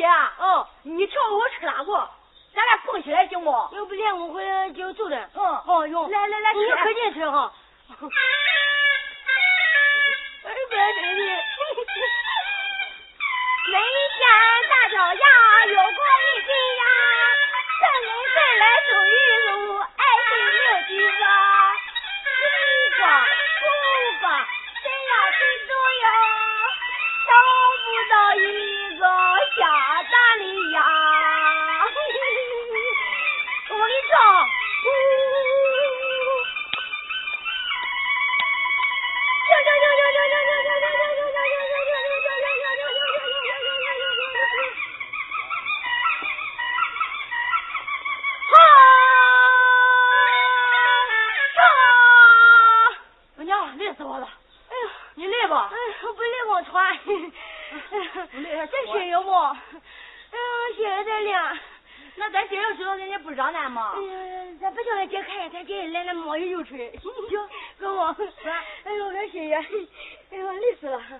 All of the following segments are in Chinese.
姐啊，你瞧我吃大锅，咱俩碰起来行不？ 要不练我回来就走的。 用。来， 你可劲吃哈。 哎，乖弟弟，每天大脚丫有过一斤呀，3人3来数一数，爱情有几个？7个、5个，谁要记住哟？找不到一个下蛋里呀！我给你唱。累死我了！哎呀，你累吧？ 哎，我不累我穿。 这鞋有不？ 哎呀，鞋有点凉。 那咱姐要知道人家不让咱吗？ 哎呀，咱不叫咱姐看见，咱姐来摸一溜吹。行，跟我。哎呦，我这鞋呀，哎呦，累死了。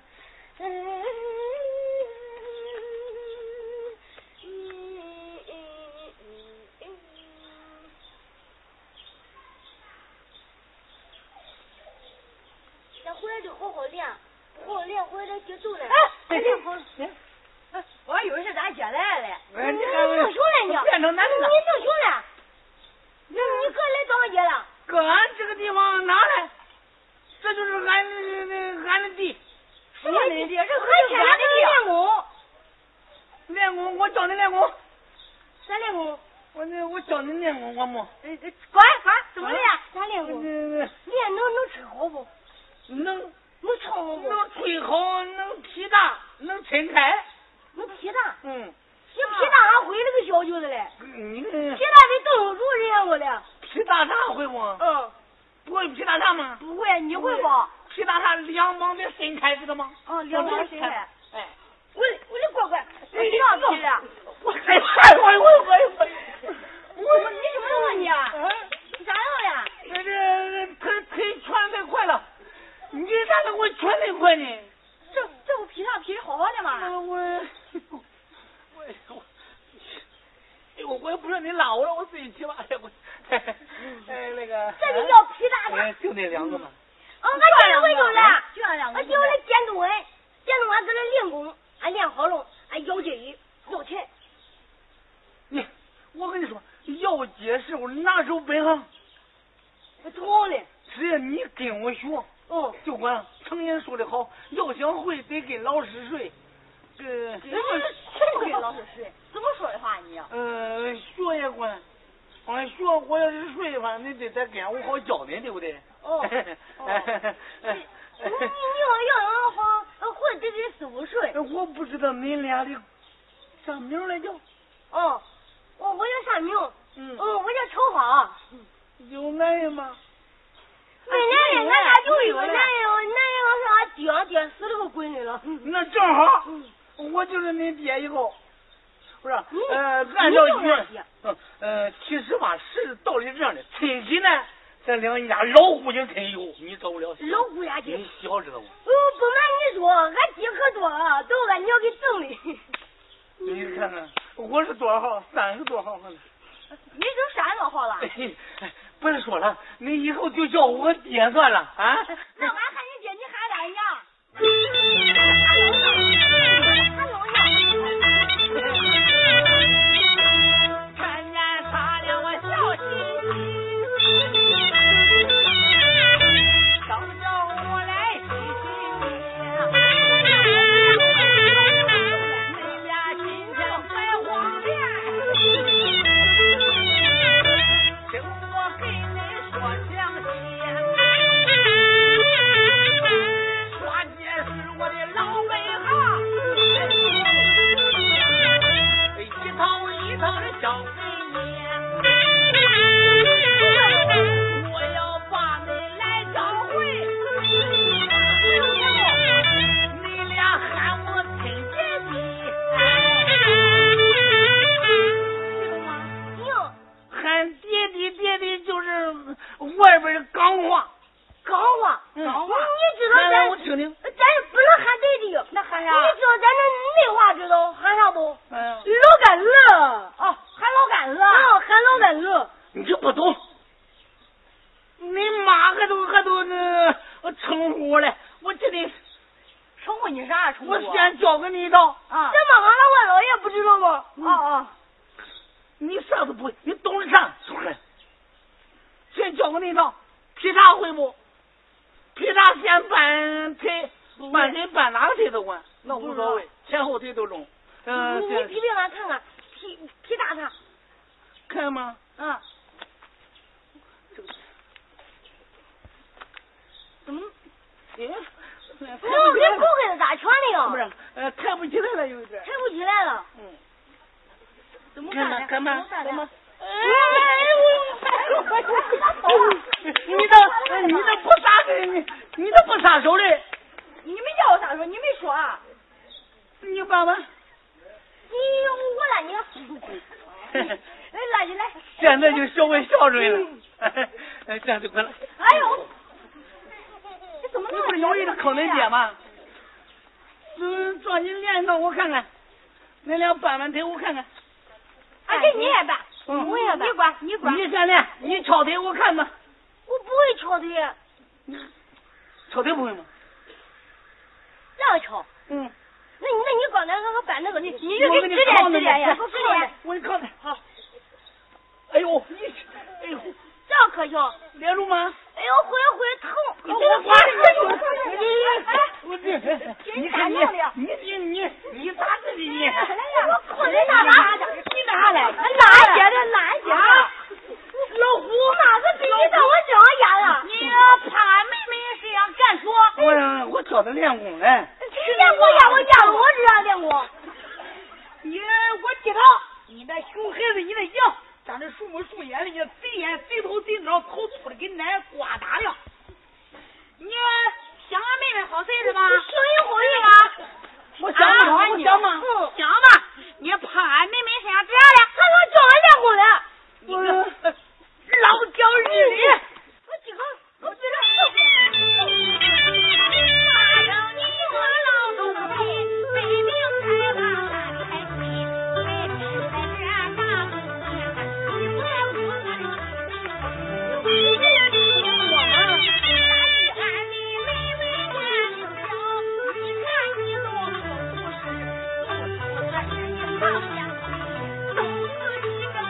咱回来就好好练，不好练回来就走了。 哎，练好了。我还以为是咱姐来了。 你能行了你？ 变成男的了。 你能行了？你哥来找我姐了？ 搁俺这个地方哪来？这就是俺的地。 什么的地？这可是俺的练功。 练功，我教你练功。 啥练功？ 我教你练功，我没。 管怎么练？ 啥练功？练能吃好不？ 能唱好不？ 能吹好，能劈大，能抻开。 能劈大？ 嗯。 你劈大还会那个小舅子嘞？ 你劈大得动手人家我嘞。 劈大叉会不？不会劈大叉吗？ 不会，你会不？ 劈大叉两膀得伸开，知道吗？ 两膀伸开。 哎， 我的乖乖，你上劈了。 我你什么了你？你咋了呀？ 这腿传太快了，你咋能我传太快呢？ 这不劈上劈的好好的吗？ 我也不是你拉我了，我自己劈吧。那个。 这就叫劈大叉。 就那2个嘛。 俺这回就来， 就那2个。 俺就来监督俺搁这练功，俺练好了，俺腰肌要钱。 我跟你说，要接时候拿手本行。 好嘞。 只要你跟我学，就管常言说的好，要想会得跟老师学。 跟老师学？怎么说的话你？ 学也管，学我要是学的话，你得再跟我好教你，对不对？ 你要好会得4、5岁。 我不知道你俩的啥名来着？ 我叫啥名？我叫丑好。 有男人吗？ 没男人，俺家就一个男人是俺爹死了个闺女了。 那正好，我就是你爹一个。不是，按照其实吧，是道理这样的，亲戚呢，咱两家老户型亲有，你走不了。 老户家亲， 你小知道吗？ 不瞒你说，俺爹可多了，都俺娘给整的。 你看看，我是多少号？30多号呢？ 你都30多号了？ 不是说了，你以后就叫我爹算了啊。 那俺喊你爹，你喊俺娘。 看见他俩我笑嘻嘻，等着我来洗人家今天开黄店，听我给你说详细。 说。你啥都不会，你懂得啥？先教给你一套，劈叉会不？劈叉先搬腿，搬腿搬哪个腿都管，那无所谓，前后腿都中。 你劈给俺看看，劈叉看。 看吗？ 怎么？ 你裤子咋穿的呀？ 不是，抬不起来了，有点。 抬不起来了。怎么办呢？ 干嘛？你这不撒手，你这不撒手嘞？ 你没叫我撒手，你没说啊？ 你爸爸？ 我拉你。拉起来。 现在就学会孝顺了。这样就可了。 哎呦！你怎么你不是有一个坑恁爹吗？撞你脸上我看看，恁俩搬搬腿我看看。 给你也搬，我也搬，你管。 你先练，你敲腿我看吧。 我不会敲腿。 敲腿不会吗？ 让敲。 那你刚才那个搬那个，你就给指点呀， 指点。我给你靠点。好。哎呦， 这样可行？ 练住吗？ 哎呦，会疼。 你看你咋自己你？ 我裤子哪拉的？你哪来？拉接的。老虎哪个比你到我脚上压了？ 你怕俺妹妹这样干说？ 我教他练功嘞。 谁练功压我压了？我这样练功。 我记得你那熊孩子，你那羊长得树木树眼的，你贼眼贼头贼脑，头秃的跟奶瓜大了。你想俺妹妹好谁是吧？ 生意好运啊！ 我想嘛。 想吧，你怕俺妹妹身上这样的， 还能教俺练功嘞？ 你个老教日理。 我记好，我对着打扰你我老东西，背明开吧开心，为什在这大风天，你不要说我俺的妹妹年龄小，你看你多不是，我是你旁边懂自己个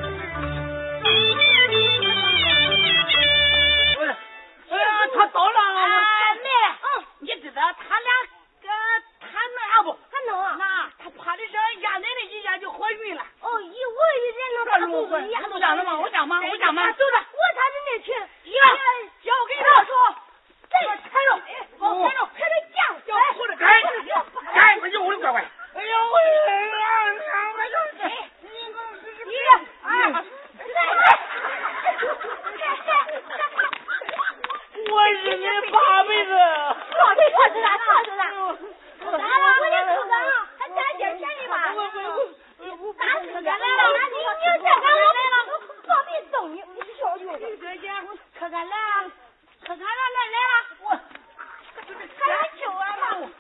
他到了。 妹，你知道他俩他那不？ 还能啊？ 那他趴的上压奶奶一下就怀孕了。 我以为能把肚子压我讲什么？我讲吗？ 走着， 我才是那群。 交给他说。 这个踩着，踩着酱， 要哭着开， 哎呦我的乖乖！哎呦我是你八辈子。 我知道。来了，我的裤子上还沾点便宜吧？打死来了！你再敢我来了，我放屁揍你！你小舅子， 可敢来了，来了！ 我还来救俺了！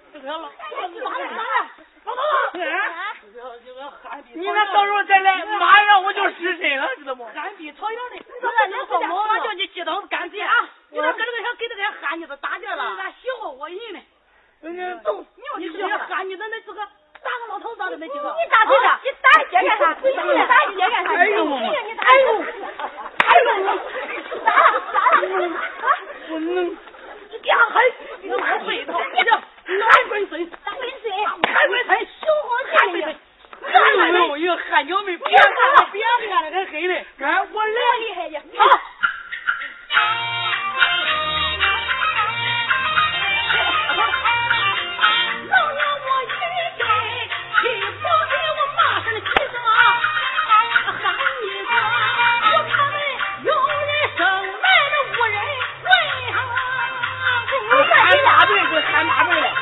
你那到时候再来，马上我就失身了，知道不？ 俺比朝阳的，我叫你记到干脆啊！你那搁这个想给这个汉女子打点了，俺媳妇我人呢。你是这汉女子那几个打个老头子的那几个？ 你打谁的？你打姐干啥？你打姐干啥？ 哎呦我我能。 呀嘿，你拿水头，你这拿滚水，开水水，小黄开水。 哎呦，一个汗脚妹，别干了，还黑嘞！看我来厉害呀！ 好。老娘我一人去保给我马上的骑什么喊你个，我他们有人生来的无人为何？ 喊哪队就喊哪队了。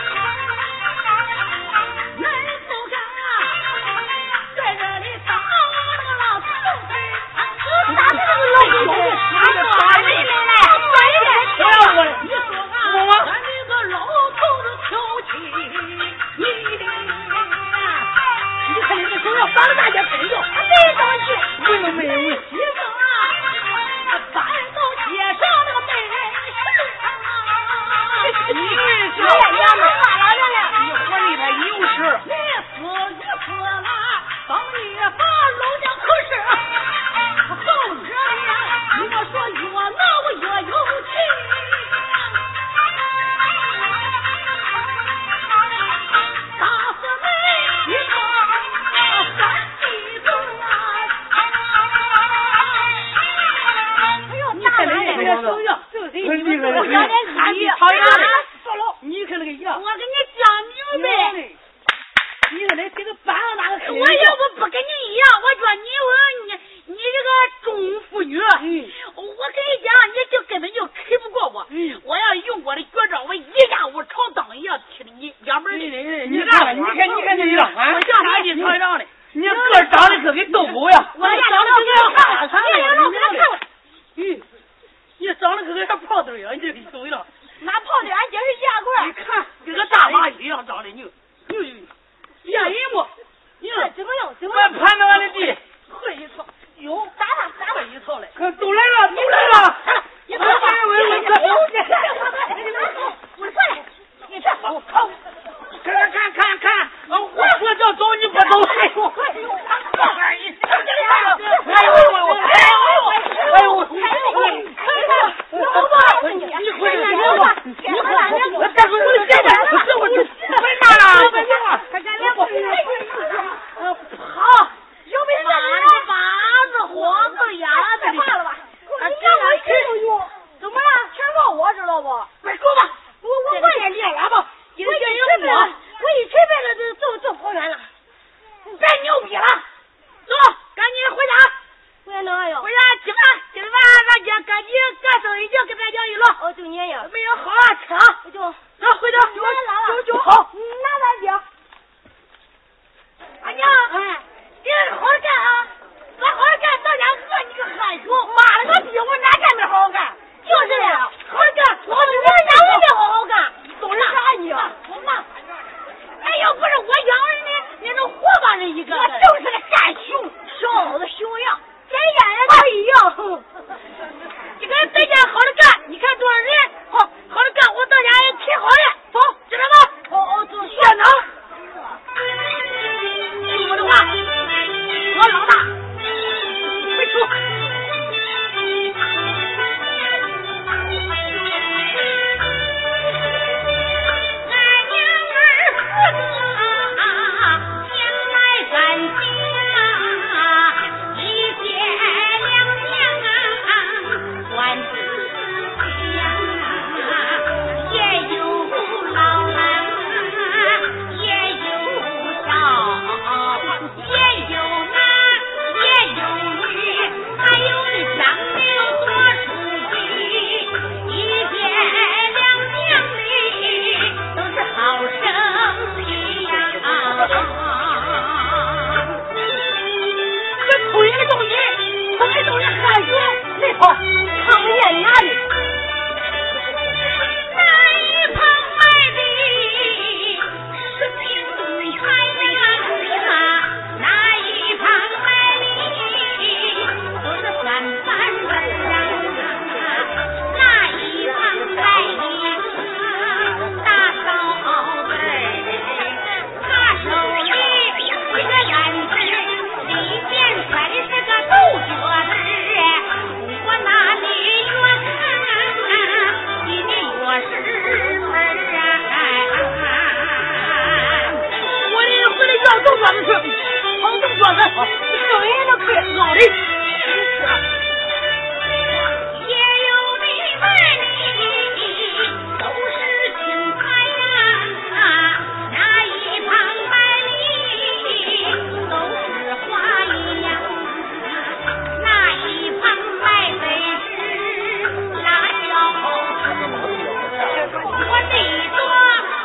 狗呀！ 我家长得跟个哈啥的， 你长得跟个炮墩呀！你这怎么了？ 拿炮墩，俺姐是一样块。 你看跟个大蚂蚁一样长的，你吓人不？你怎么样？怎么样？盘到俺的地， 会一套。哟，打他一套嘞！ 可都来了，都来了！ 你快点，我过来，你这好。 看，我叫走你不走，哎呦，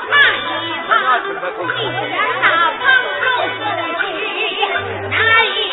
一边大棚肉丝的鱼，那一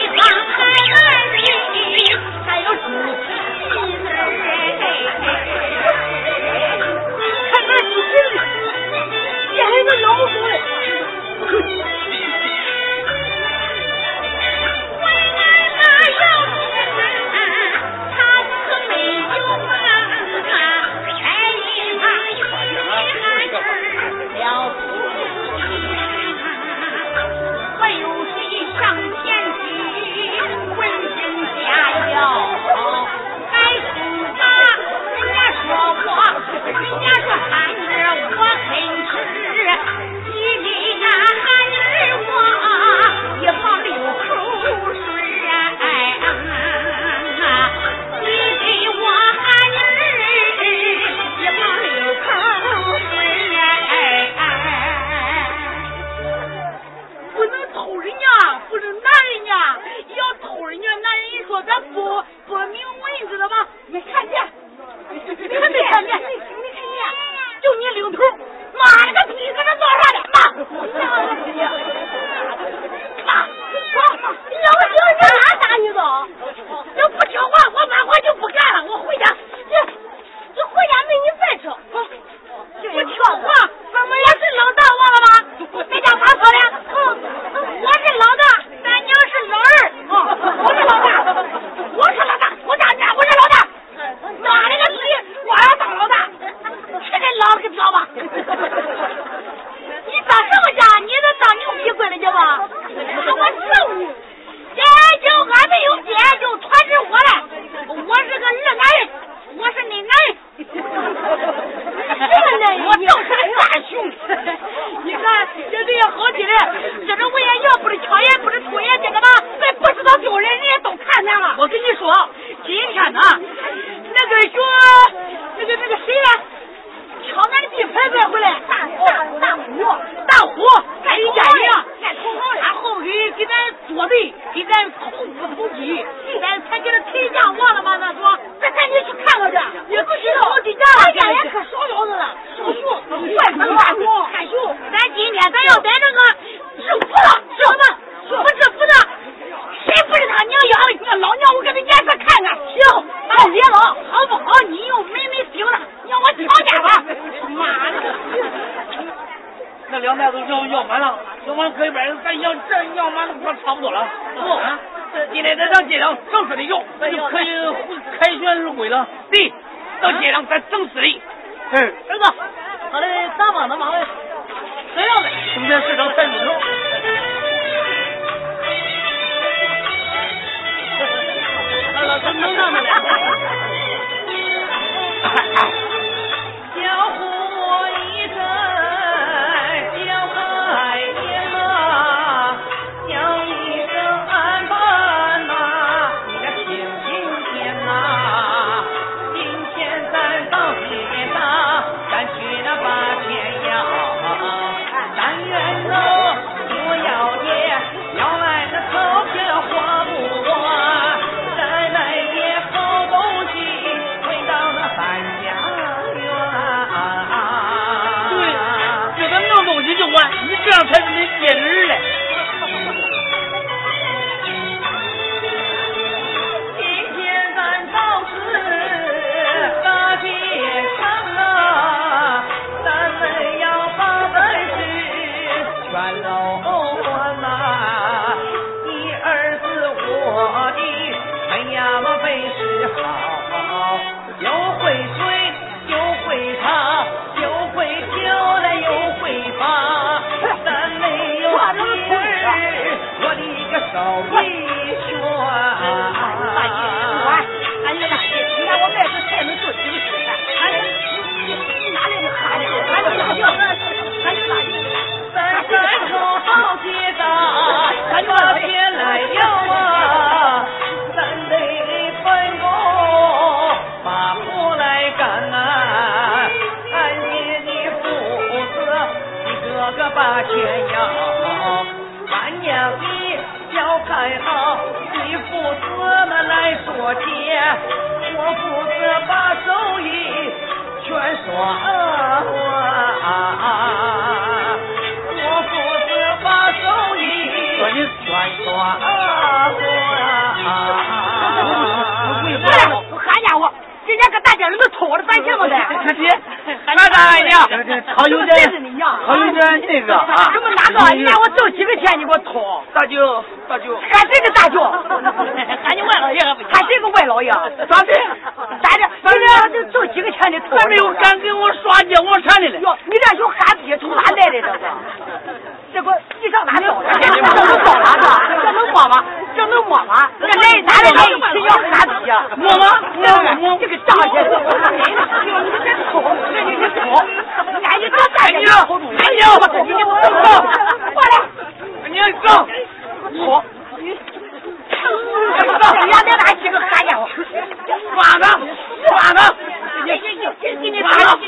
做对，给咱投资投机，咱才给他抬价忘了吗？那说，咱赶紧去看看去，也不知道我这家家也可少了了，少数，快看书，咱今天咱要在这个是不了，是什么？不是不是，谁不是他娘养的？老娘我给他颜色看看，行，俺别老好不好？你又没顶了，你让我吵架吧？妈的！ 那两袋都要满了，要满可以买，咱要满快差不多了。啊，今天咱上街上正式的要，咱就可以凯旋入归了。对，到街上咱正式的。 儿子，好嘞，咱忙的忙嘞，谁要的？ 中间市场才入手。 老师能上的嘞。 小火一阵，小海天呐，叫一声安班呐，你的听天呐，今天咱到街上，咱去那把钱要，但愿能不要也要来那钞票花不完，再来点好东西回到那三家。 东西就完，你这样才是你接人嘞。 今天咱倒是大街上啊，咱们要把本事全搂完呐。你儿子我的，哎呀嘛本事好，又会水又会唱又会跳的又会发，咱没有儿，我的个手艺全。 大姐，俺这大姐，你看我这次才能做几个事儿，你哪来的哈家伙？俺这大姐，俺这大姐， 咱好街道，把钱来要啊，咱得分工把活来干呐。俺爹的父子，你哥哥把钱要，俺娘你要看好，你父子们来说钱，我负责把手艺全耍我负责把手艺全耍哈家伙，人家搁大街上都偷我的饭钱吗？ 可惜，俺大爷娘，好有点，好有点那个啊。 什么哪个？你让我挣几个钱，你给我偷？ 大舅， 俺谁个大舅？ 俺你外老爷， 他谁个外老爷？ 咋的？ 咋的？你这就挣几个钱的偷？ 还没有敢给我刷街我铲的嘞。 哟，你这有哈逼从哪来的这个你上哪找的？这能找哪去？这能摸吗？这能摸吗？这来哪来的？这叫哈逼啊？ 摸吗？摸这个大姐，你这偷，这你这偷，赶紧找大姐偷住！哎呀，你走，过来， 你走， 偷，这两边哪几个哈家伙？ 抓他！ 你抓他！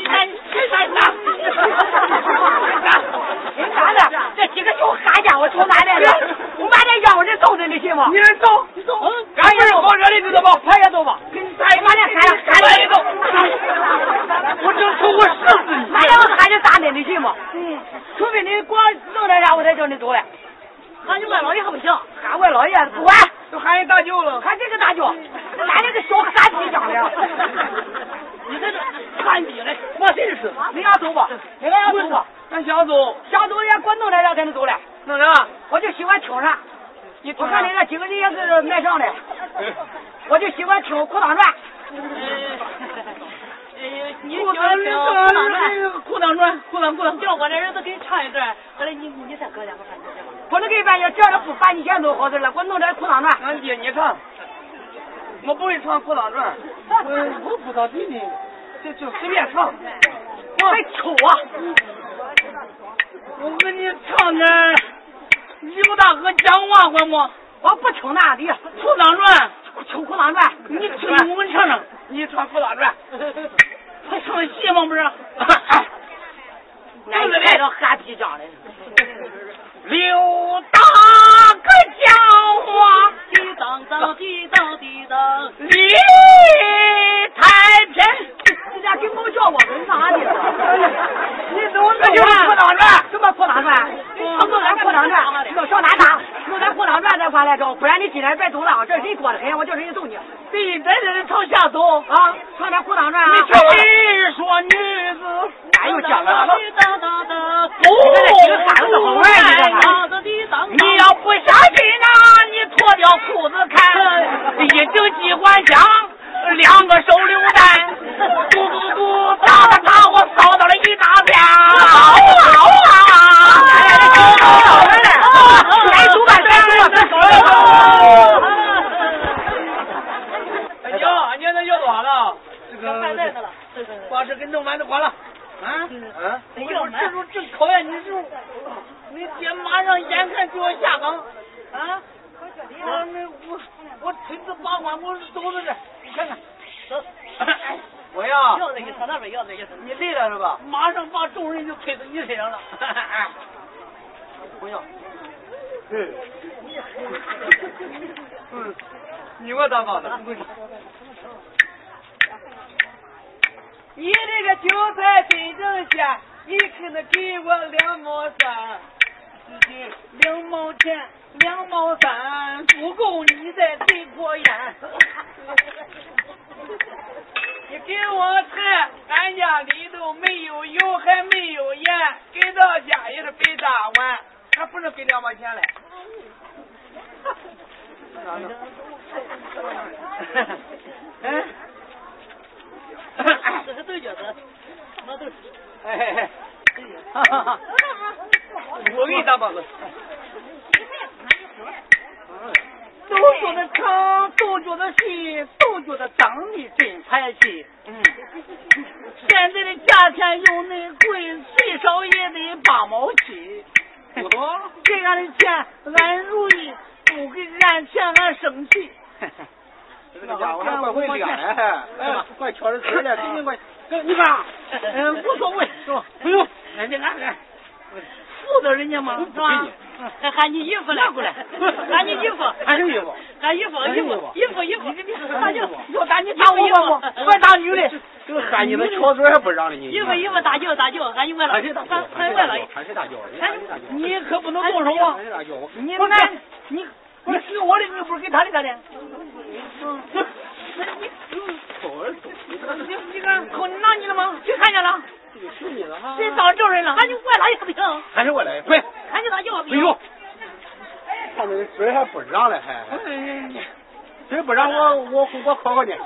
咋的？这几个小哈家伙从哪来的？我把这要人揍的，你信吗？ 你走，赶紧跑这里知道吧？ 他也走吧。把这喊了， 走！我正愁我死你！ 把两个喊就咋的，你信吗？除非你光弄这啥，我才叫你走嘞。喊你外老爷还不行，喊外老爷不管， 都喊你大舅了。 喊这个大舅，俺这个小哈逼长的。 你这看你嘞，我真是。 你俩走吧，你俩走吧。 俺想走， 想走也给我弄这啥才能走嘞？ 弄啥？ 我就喜欢听啥。我看你这几个人也是卖上的，我就喜欢听《裤裆传》。 你喜欢听《裤裆传》？ 裤裆传，裤裆， 叫我这人都给你唱一段。后来你再搁两个饭去。 不能给你办，这样不把你钱都好事了，给我弄点《裤裆传》。 俺爹你唱，我不会唱《裤裆传》，我不着急呢，就随便唱。 还抽啊！ 我给你唱点刘大哥讲话管不？ 我不听那的， 裤裆传， 听裤裆传， 你听我们唱唱，你唱裤裆传，还唱戏吗？不是？ 那你看着哈皮讲的， 刘大个讲话， 滴当当滴当滴当， 理太偏。 你俩给我叫我干啥呢？ 你怎么这就是破当传？ 什么破当传？他弄咱破当传，弄小哪吒，弄咱破当传这块来着，不然你今天别走了，这谁说的很，我叫人家揍你。 对，在这里朝下走啊，唱点破当传。 你谁说女子？ 哪有讲的？ 当当当， 你看这几个傻子好玩， 你要不相信呐，你脱掉裤子看，一整机关枪，两个手榴弹，嘟嘟嘟，打的把我扫到了一大片。 来主办哎呀，你那要多少了？这个光是跟正完就完了。啊，哎呦，这时候正考验你时候，你爹马上眼看就要下岗啊！我推子把关，我走到这，你看看，走。我呀， 要这个上那边要这个， 你累了是吧？马上把众人就推到你身上了。不要。你我当高的。你这个韭菜真正鲜，你可能给我2毛3，自己2毛钱2毛3，不够你再兑过烟。你给我菜，俺家里头没有油还没有盐，给到家也是白大碗，还不是给2毛钱嘞。嗯。 这是对角的，那对。 哎，我给你打包子。都说的长，都觉得细，都觉得长得真财气。现在的价钱又那贵，最少也得8毛7。给俺的钱，俺如意；不给俺钱，俺生气。 这个家伙还怪会脸哎，怪挑着嘴的，赶紧快，你看， 无所谓是吧？不用，人家俺负责人家嘛，是吧？ 还喊你衣服来，过来，喊你衣服， 还有衣服， 喊衣服，大舅， 要打你打我，快打女的， 这个喊你们挑嘴还不让了你。 衣服，大舅，喊你外老，喊外老爷， 喊谁大舅？ 你可不能动手啊！你不是你给我的，你不是给他的咋的？你看，扣你拿你了吗？谁看见了？谁当证人了？ 喊你外老爷不行， 喊谁外老爷？快！ 喊你大舅不行。哎呦，他那个嘴还不让了还。嘴不让我考你。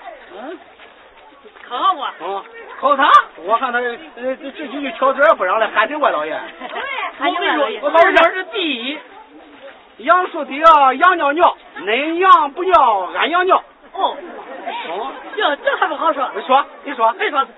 考我。 考他？ 我看他这几句挑嘴不让了，喊谁外老爷？ 喊你外老爷。 我老家是第一。 杨树底啊，羊尿尿，恁羊不尿，俺羊尿。 哦，这还不好说。 你说。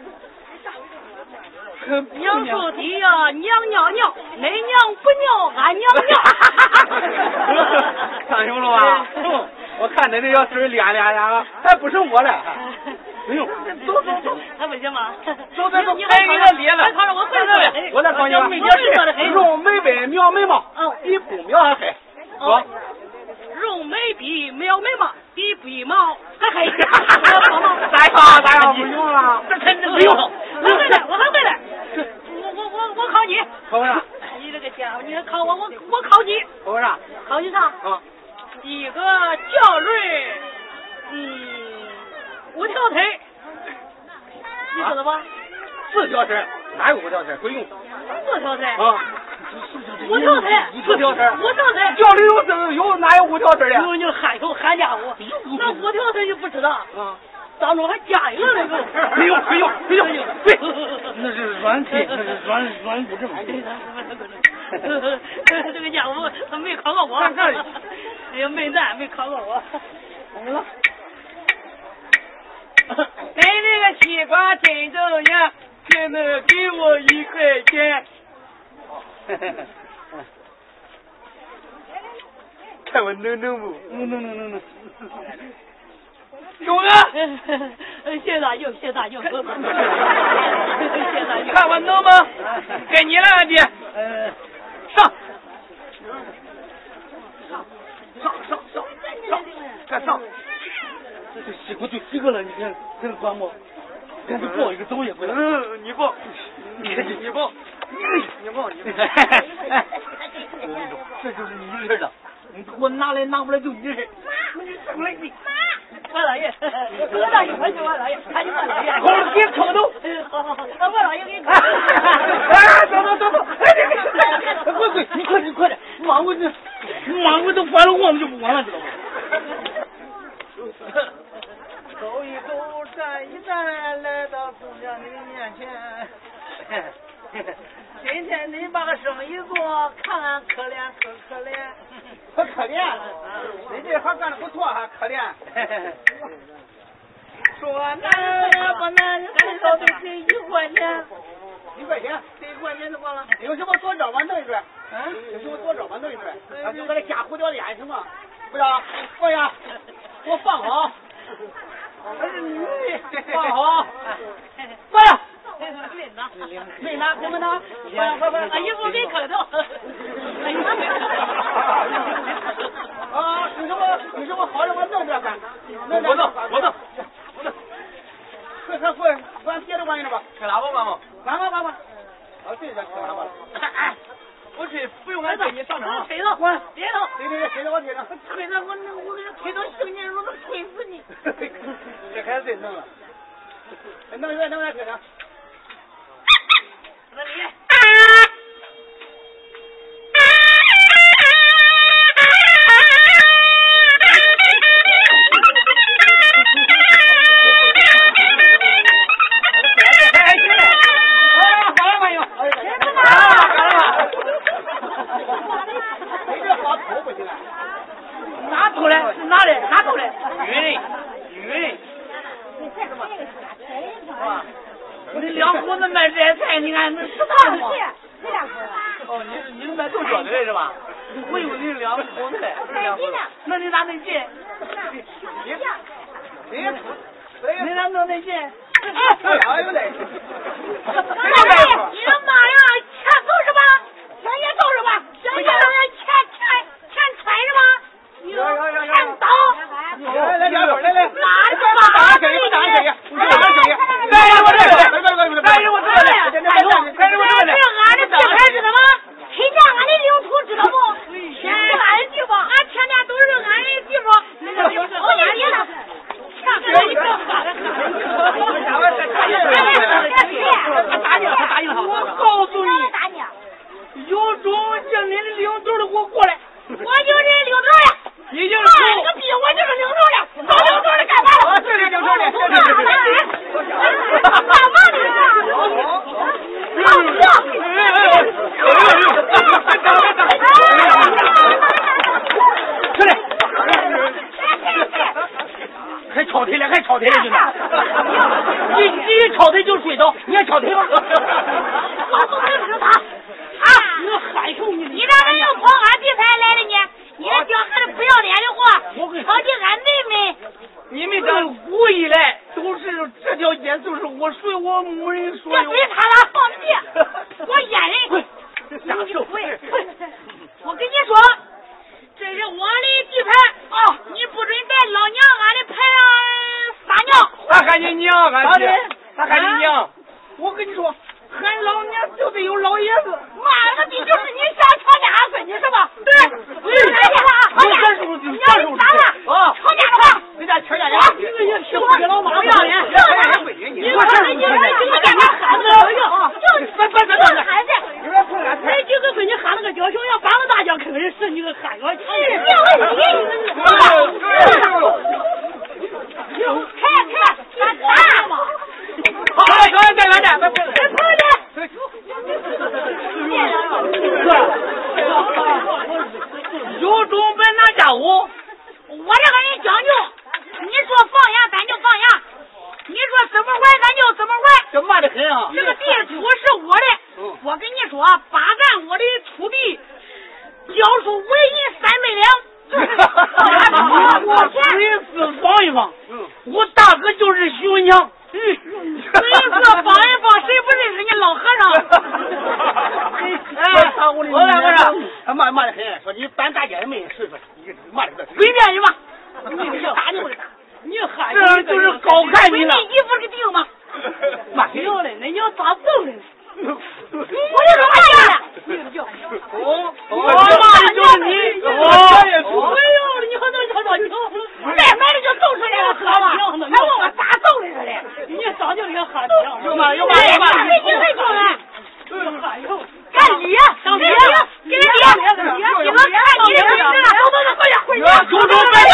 杨树底呀，娘尿尿，恁娘不尿，俺娘尿。 看清了吧？我看恁这要嘴练啊，还不是我嘞。哎呦， 走， 还不行吗？ 走，该给他咧了。 看着我会了， 我再考你，容眉白描眉毛，比不描还黑。说， 容眉比描眉毛，比不描还黑。 咋样？不用了， 这肯定不用。 我还会来。我考你。 考啥？ 你这个家伙，你考我考你。 考啥？ 考你啥？第一个教轮，5条腿。你说的吧 ？4条腿，哪有5条腿？不用。 4条腿。 啊。 5条腿。 4条腿。 5条腿。 教里有哪有5条腿的？ 你喊口喊家伙，那5条腿就不知道。当中还加一个那个。 没有，对， 那是软腿，那是软骨症。 这个家伙他没考过我，哎呀，没考过我。 你这个西瓜真正样，现在给我1块钱。 看我能不？ 能。中了！ 谢谢大舅。 看我能吗？该你了，爹。上。 快上！这西瓜就几个了，你看还能管不？赶紧抱一个走也不能。你抱，你抱，你抱，这就是你一人的，我拿来拿不来就一人。出来你。 我老爷，我老爷，我老爷，他就我老爷。 好，给口头。 好，我老爷给你。 走，快，你快点，忙活都翻了我们就不管了，知道吗？走一走，站一站，来到姑娘你面前。今天你把个生意做，看可怜可可怜。 可怜，你这活干得不错，还可怜。 说难不难？至少得给1块钱。 1块钱， 这1块钱怎么了？ 有什么多找吧弄一转？有什么多找吧弄一转？就搁这夹胡椒脸行吗？不要，放下，给我放好。放好，放下。没拿，怎么拿？快， 衣服没口头。 啊，有什么好的我弄点看。 我弄。 快，管别的玩意儿吧。 开喇叭吧。 管。啊，对了，开喇叭了。 哎，我吹，不用俺给你上场。 吹着， 管， 别着。 对，吹着我吹着。 吹着我给他吹到杏年我能吹死你。 这还真弄了。弄一个吹着。 那你。 你2口子卖这些菜，你看能食堂吗？哦，你是卖豆角的是吧？我以为你2口子嘞。那你咋能进？你咋弄得进？ 哎呦嘞！ 你的妈呀！钱都是吧？钱也都是吧？钱穿是吧？钱刀。 来， 哪不我大哥就是熊强，所以说帮一帮，谁不认识你老和尚？ 我来，骂的很，说你搬大街的没人识说，你骂的随便你吧， 打你不打？ 你喊这就是高看你了。 你衣服给丢吗？ 骂谁要嘞？那你要咋揍人？ 我就说骂你了。 我骂的就是你。 哎呦，你好你再买的就揍出来了，知道吧？还问我咋揍的说嘞？你早就给喊停。 又骂， 你会揍人？ 干理，给人理，你们看你的名字了，走，快点，回家， 走，别闹，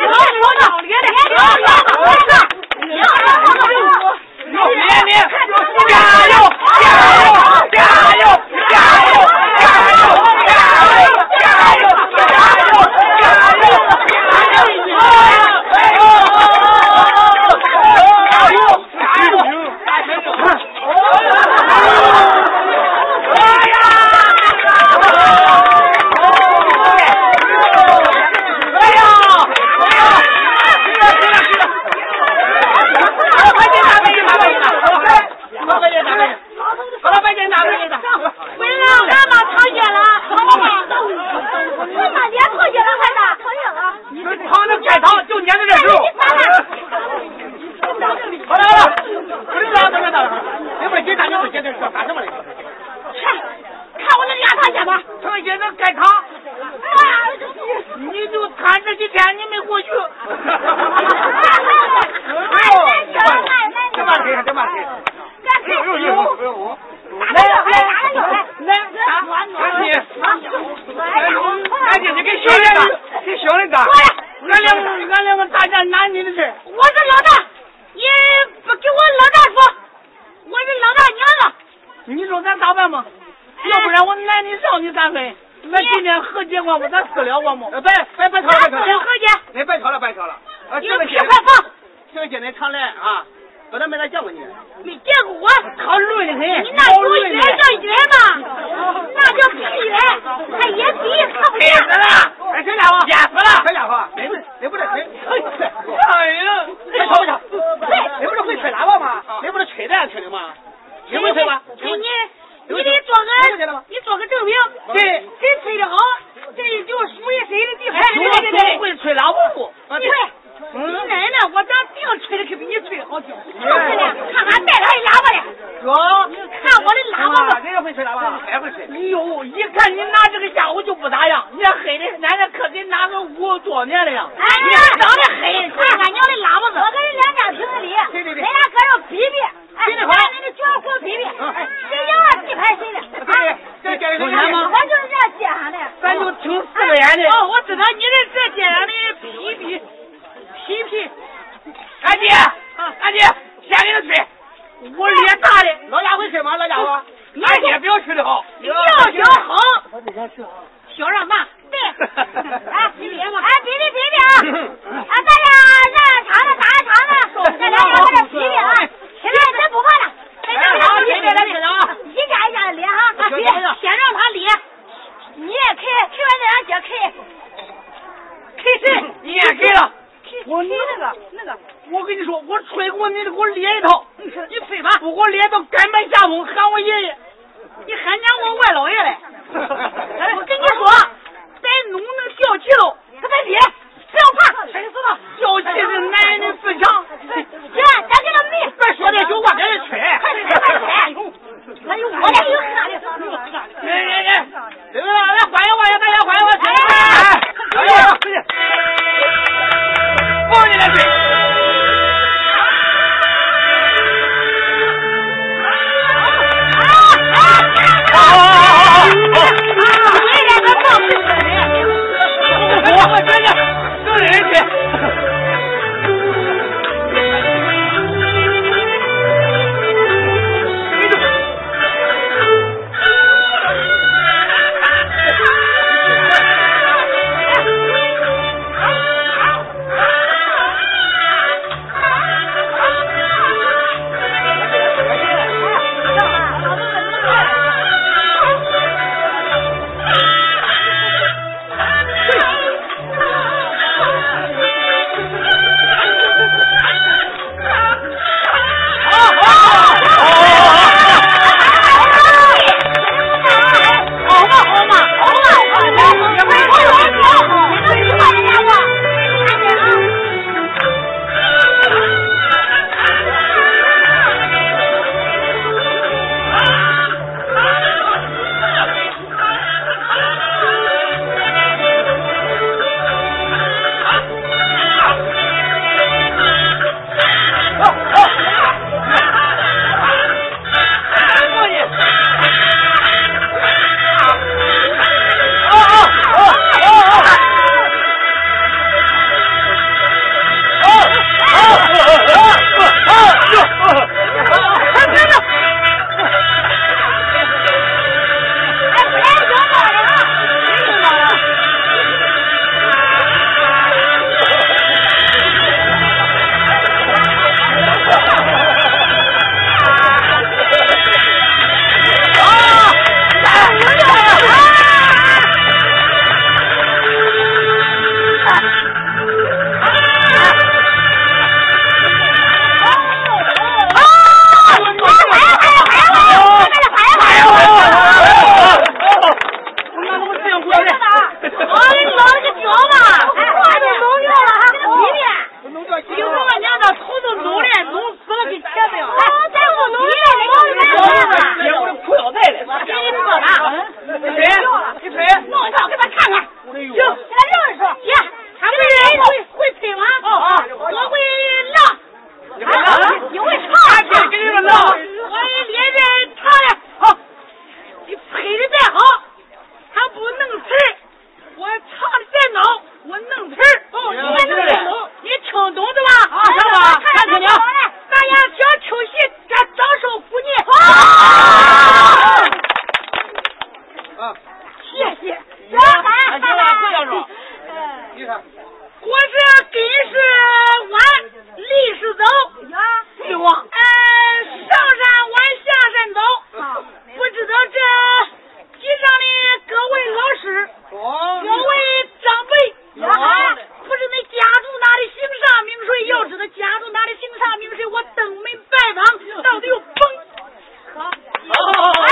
我跟你说，我吹过你，给我练一套。 你吹吧， 不给我练到甘拜下风，喊我爷爷。 你喊娘我外老爷嘞。我跟你说，在农能小气喽，他在练，不要怕，谁知道？ 小气是男人的自强。 姐，咱给他没。 别说这酒话，给人吹。 还有我这有喝的。 来欢迎欢迎，大家欢迎欢迎。放进来吹。我真的都是人去。 我是跟是往历史走， 对哇， 上山往下山走。不知道这集上的各位老师，各位长辈，不知你家住哪里姓啥名谁？要知道家住哪里姓啥名谁，我登门拜访，到底有崩。好，你走吧，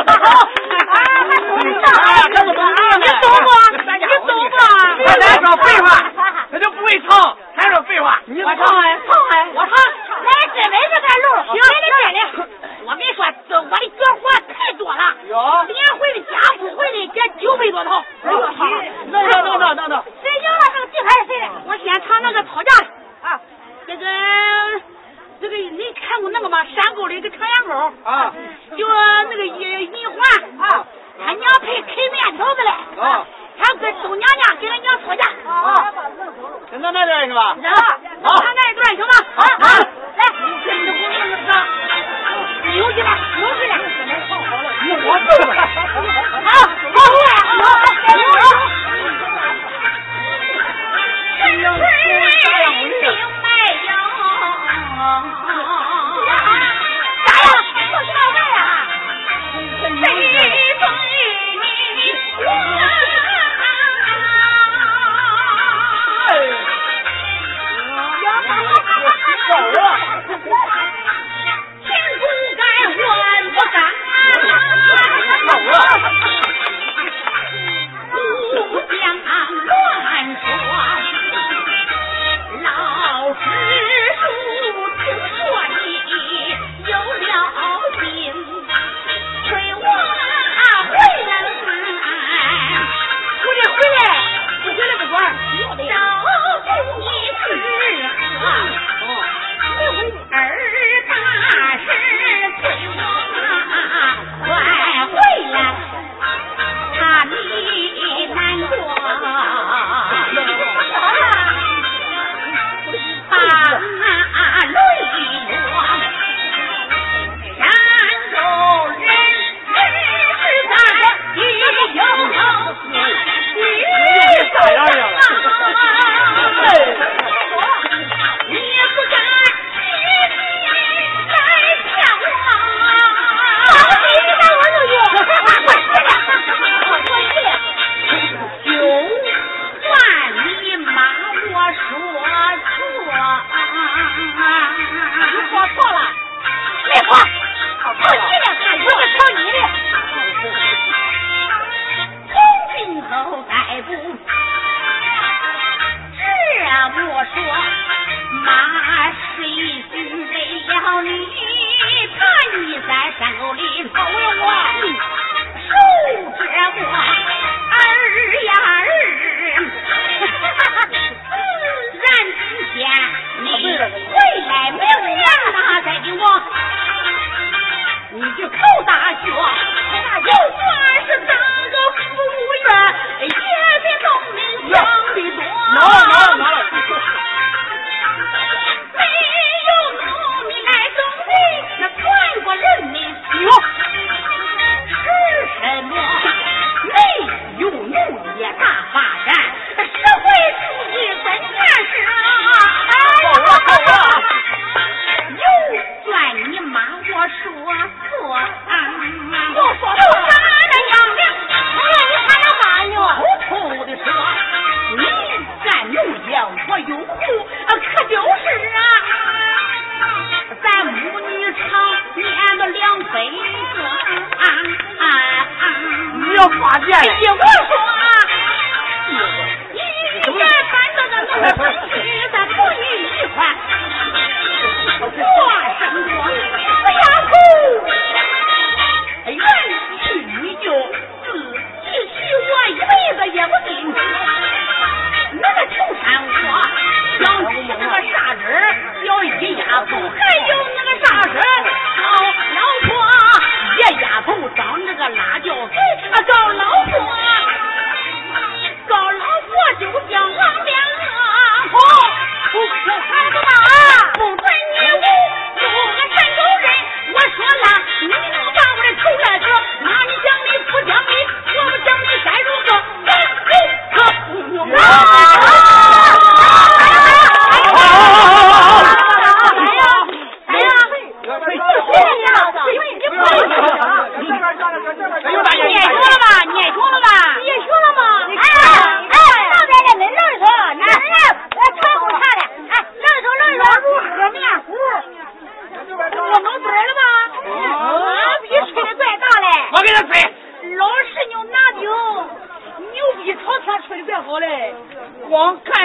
你走吧， 咱说废话，他就不会唱，还说废话。 我唱哎，我唱，来这边这个路，行，这里，我跟你说，我的脚活太多了，连会的加不会的，这900多套。 那， 谁赢了这个金牌谁的？我先唱那个讨价的啊，这个你看过那个吗？山沟里的长羊沟啊， 就那个银环啊，他娘配开面条子嘞啊，他跟周娘娘给他娘吵架啊， 那段是吧？ 好，唱那一段行吗？好，来，牛去吧，牛去了， 我对吧？ 好，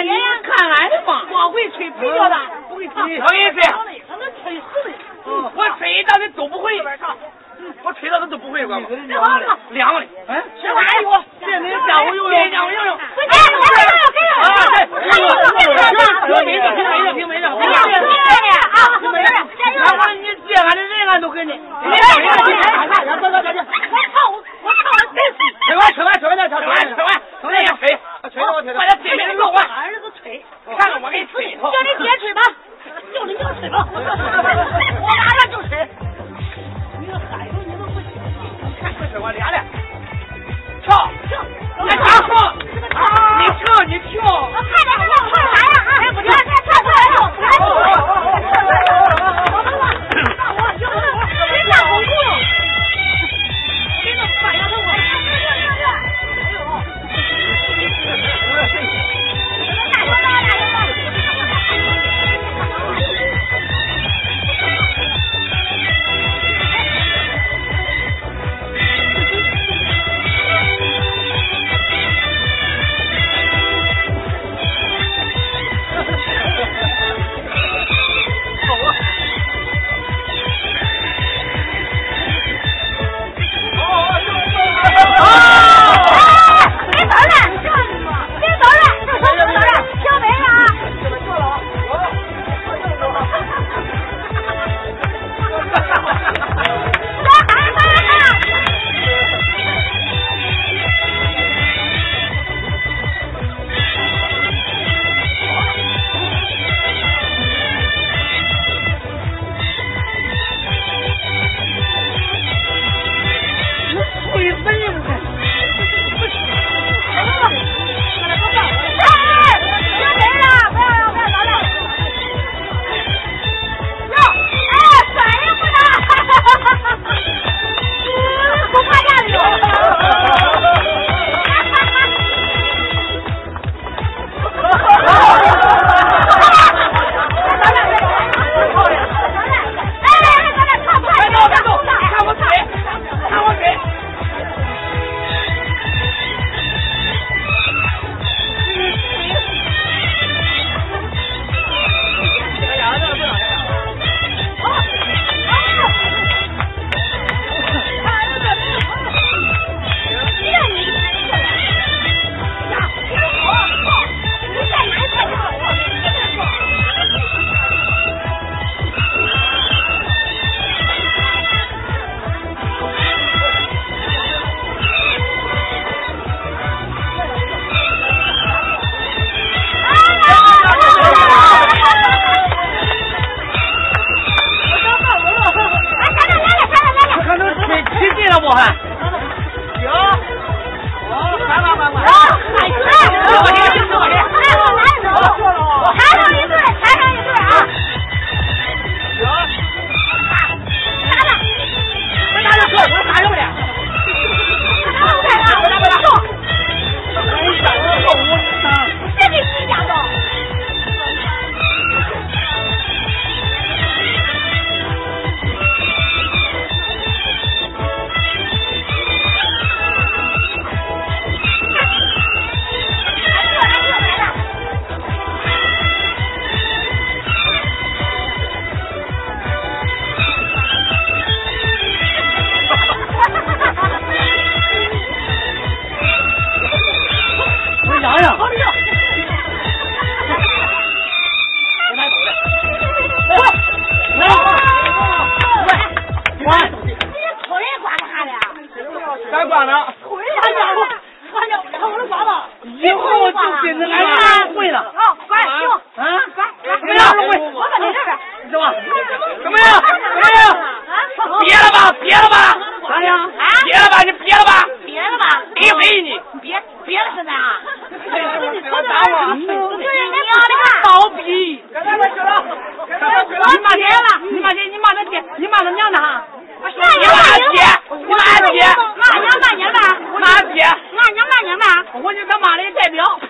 爷爷看俺的嘛， 光会吹皮条的，不会唱。 我跟你说， 他能吹死的。 我吹到的都不会，我吹到的都不会，管吗？凉了， 嗯， 吃完以后， 这你家伙又这家伙又。 你借俺的人俺都给你。 吃完，快点把这对面的弄完。 儿子吹， 看看我给你吹一套。 叫你爹吹吧，叫你娘吹吧，我马上就吹。你个孩子，你都不行， 看这是我俩的，跳，你跳，你跳。 我看着我唱啥呀？啊，不行，唱出来了，人家公主， 真的反正我。 我就他妈的代表。